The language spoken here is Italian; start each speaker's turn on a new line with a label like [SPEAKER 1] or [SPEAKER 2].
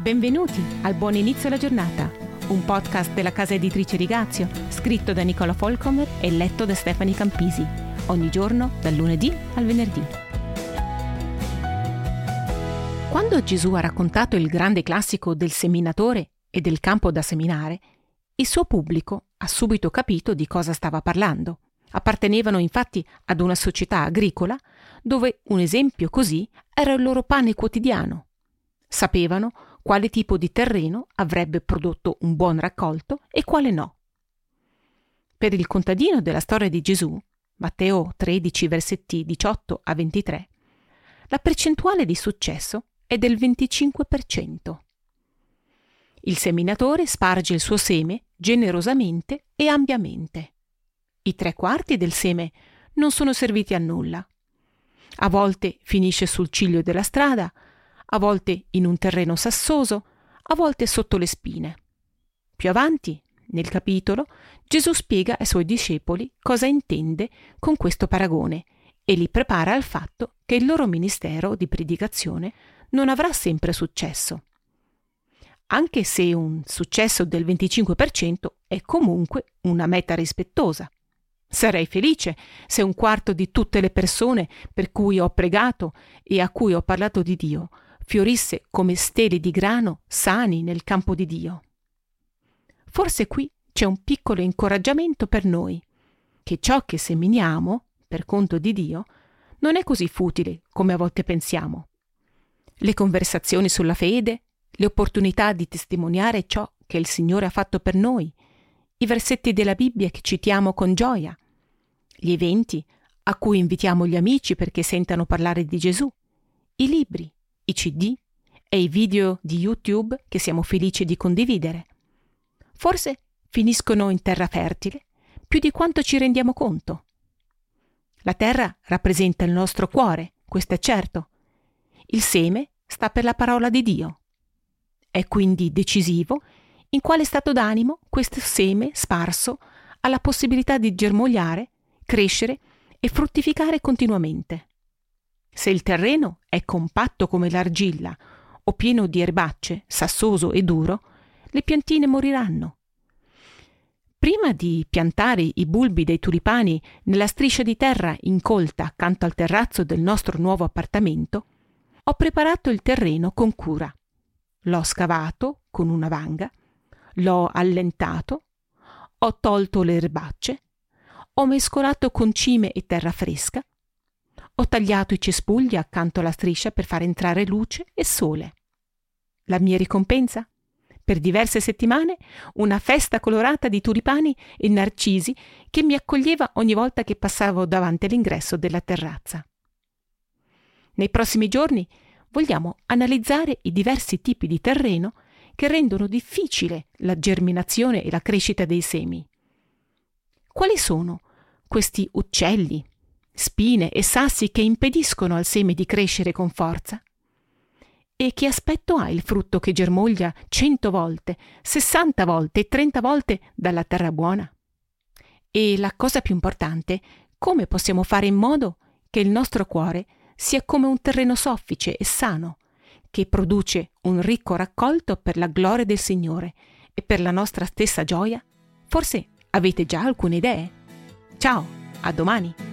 [SPEAKER 1] Benvenuti al Buon Inizio alla Giornata, un podcast della casa editrice Rigazio, scritto da Nicola Folcomer e letto da Stefani Campisi, ogni giorno dal lunedì al venerdì. Quando Gesù ha raccontato il grande classico del seminatore e del campo da seminare, il suo pubblico ha subito capito di cosa stava parlando. Appartenevano infatti ad una società agricola dove un esempio così era il loro pane quotidiano. Sapevano quale tipo di terreno avrebbe prodotto un buon raccolto e quale no. Per il contadino della storia di Gesù, Matteo 13, versetti 18 a 23, la percentuale di successo è del 25%. Il seminatore sparge il suo seme generosamente e ampiamente. I 3/4 del seme non sono serviti a nulla. A volte finisce sul ciglio della strada, a volte in un terreno sassoso, a volte sotto le spine. Più avanti, nel capitolo, Gesù spiega ai suoi discepoli cosa intende con questo paragone e li prepara al fatto che il loro ministero di predicazione non avrà sempre successo. Anche se un successo del 25% è comunque una meta rispettosa. Sarei felice se 1/4 di tutte le persone per cui ho pregato e a cui ho parlato di Dio fiorisse come steli di grano sani nel campo di Dio. Forse qui c'è un piccolo incoraggiamento per noi, che ciò che seminiamo, per conto di Dio, non è così futile come a volte pensiamo. Le conversazioni sulla fede, le opportunità di testimoniare ciò che il Signore ha fatto per noi, i versetti della Bibbia che citiamo con gioia, gli eventi a cui invitiamo gli amici perché sentano parlare di Gesù, i libri, i CD e i video di YouTube che siamo felici di condividere. Forse finiscono in terra fertile più di quanto ci rendiamo conto. La terra rappresenta il nostro cuore, questo è certo. Il seme sta per la parola di Dio. È quindi decisivo in quale stato d'animo questo seme sparso ha la possibilità di germogliare, crescere e fruttificare continuamente. Se il terreno è compatto come l'argilla o pieno di erbacce, sassoso e duro, le piantine moriranno. Prima di piantare i bulbi dei tulipani nella striscia di terra incolta accanto al terrazzo del nostro nuovo appartamento, ho preparato il terreno con cura. L'ho scavato con una vanga, l'ho allentato, ho tolto le erbacce, ho mescolato concime e terra fresca, ho tagliato i cespugli accanto alla striscia per far entrare luce e sole. La mia ricompensa? Per diverse settimane una festa colorata di tulipani e narcisi che mi accoglieva ogni volta che passavo davanti all'ingresso della terrazza. Nei prossimi giorni vogliamo analizzare i diversi tipi di terreno che rendono difficile la germinazione e la crescita dei semi. Quali sono questi uccelli, spine e sassi che impediscono al seme di crescere con forza? E che aspetto ha il frutto che germoglia 100 volte, 60 volte e 30 volte dalla terra buona? E la cosa più importante, come possiamo fare in modo che il nostro cuore sia come un terreno soffice e sano, che produce un ricco raccolto per la gloria del Signore e per la nostra stessa gioia? Forse avete già alcune idee? Ciao, a domani!